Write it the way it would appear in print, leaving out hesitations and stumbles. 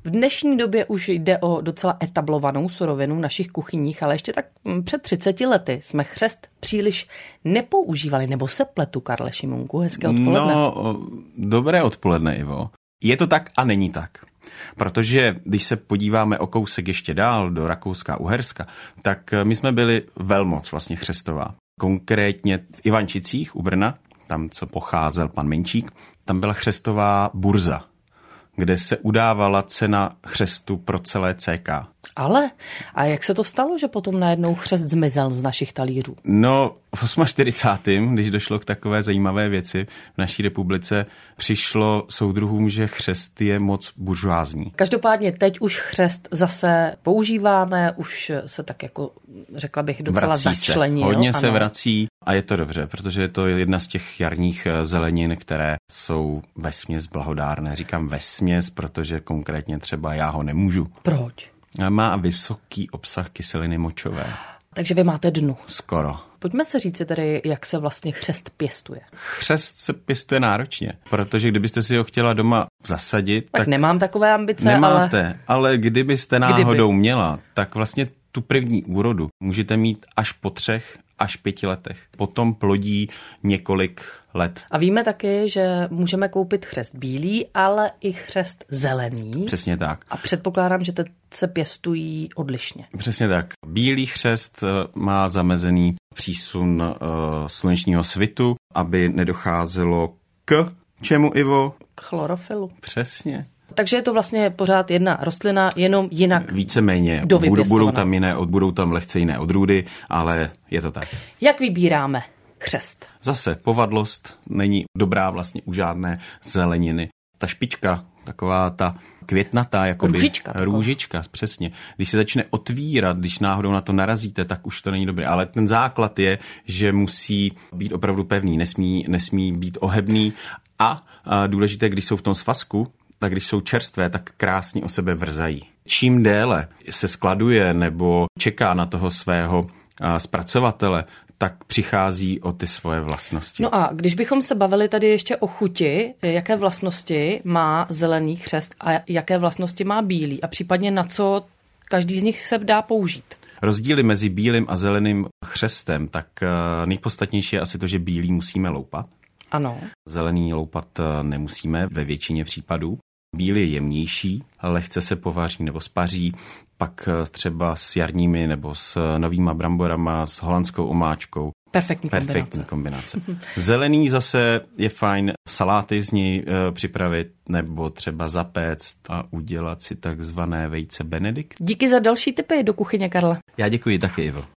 V dnešní době už jde o docela etablovanou surovinu v našich kuchyních, ale ještě tak před 30 lety jsme chřest příliš nepoužívali, nebo se pletu, Karle Šimunku. Hezké odpoledne. No, dobré odpoledne, Ivo. Je to tak a není tak. Protože když se podíváme o kousek ještě dál do Rakouska a Uherska, tak my jsme byli velmoc vlastně chřestová. Konkrétně v Ivančicích u Brna, tam, co pocházel pan Menčík, tam byla chřestová burza, kde se udávala cena chřestu pro celé CK. Ale a jak se to stalo, že potom najednou chřest zmizel z našich talířů? No, v 48., když došlo k takové zajímavé věci v naší republice, přišlo soudruhům, že chřest je moc buržoázní. Každopádně teď už chřest zase používáme, už se tak jako, řekla bych, docela začlenil. Hodně se vrací a je to dobře, protože je to jedna z těch jarních zelenin, které jsou vesměs blahodárné. Říkám vesměs, protože konkrétně třeba já ho nemůžu. Proč? Má vysoký obsah kyseliny močové. Takže vy máte dnu. Skoro. Pojďme se říct tedy, jak se vlastně chřest pěstuje. Chřest se pěstuje náročně, protože kdybyste si ho chtěla doma zasadit, tak nemám takové ambice, nemáte, ale kdybyste náhodou měla, tak vlastně tu první úrodu můžete mít až po 3 až 5 letech. Potom plodí několik let. A víme taky, že můžeme koupit chřest bílý, ale i chřest zelený. Přesně tak. A předpokládám, že teď se pěstují odlišně. Přesně tak. Bílý chřest má zamezený přísun slunečního svitu, aby nedocházelo k čemu, Ivo? K chlorofilu. Přesně. Takže je to vlastně pořád jedna rostlina, jenom jinak. Víceméně. Budou tam lehce jiné odrůdy, ale je to tak. Jak vybíráme chřest? Zase povadlost není dobrá vlastně u žádné zeleniny. Ta špička, taková ta květnatá, jakoby růžička, přesně. Když se začne otvírat, když náhodou na to narazíte, tak už to není dobré. Ale ten základ je, že musí být opravdu pevný, nesmí být ohebný a důležité, když jsou v tom svazku, tak když jsou čerstvé, tak krásně o sebe vrzají. Čím déle se skladuje nebo čeká na toho svého zpracovatele, tak přichází o ty svoje vlastnosti. No a když bychom se bavili tady ještě o chuti, jaké vlastnosti má zelený chřest a jaké vlastnosti má bílý a případně na co každý z nich se dá použít? Rozdíly mezi bílým a zeleným chřestem, tak nejpodstatnější je asi to, že bílý musíme loupat. Ano. Zelený loupat nemusíme ve většině případů. Bílý je jemnější, lehce se povaří nebo spaří, pak třeba s jarními nebo s novýma bramborama, s holandskou omáčkou. Perfektní kombinace. Zelený zase je fajn saláty z něj připravit nebo třeba zapéct a udělat si takzvané vejce Benedikt. Díky za další tipy do kuchyně, Karle. Já děkuji taky, Ivo.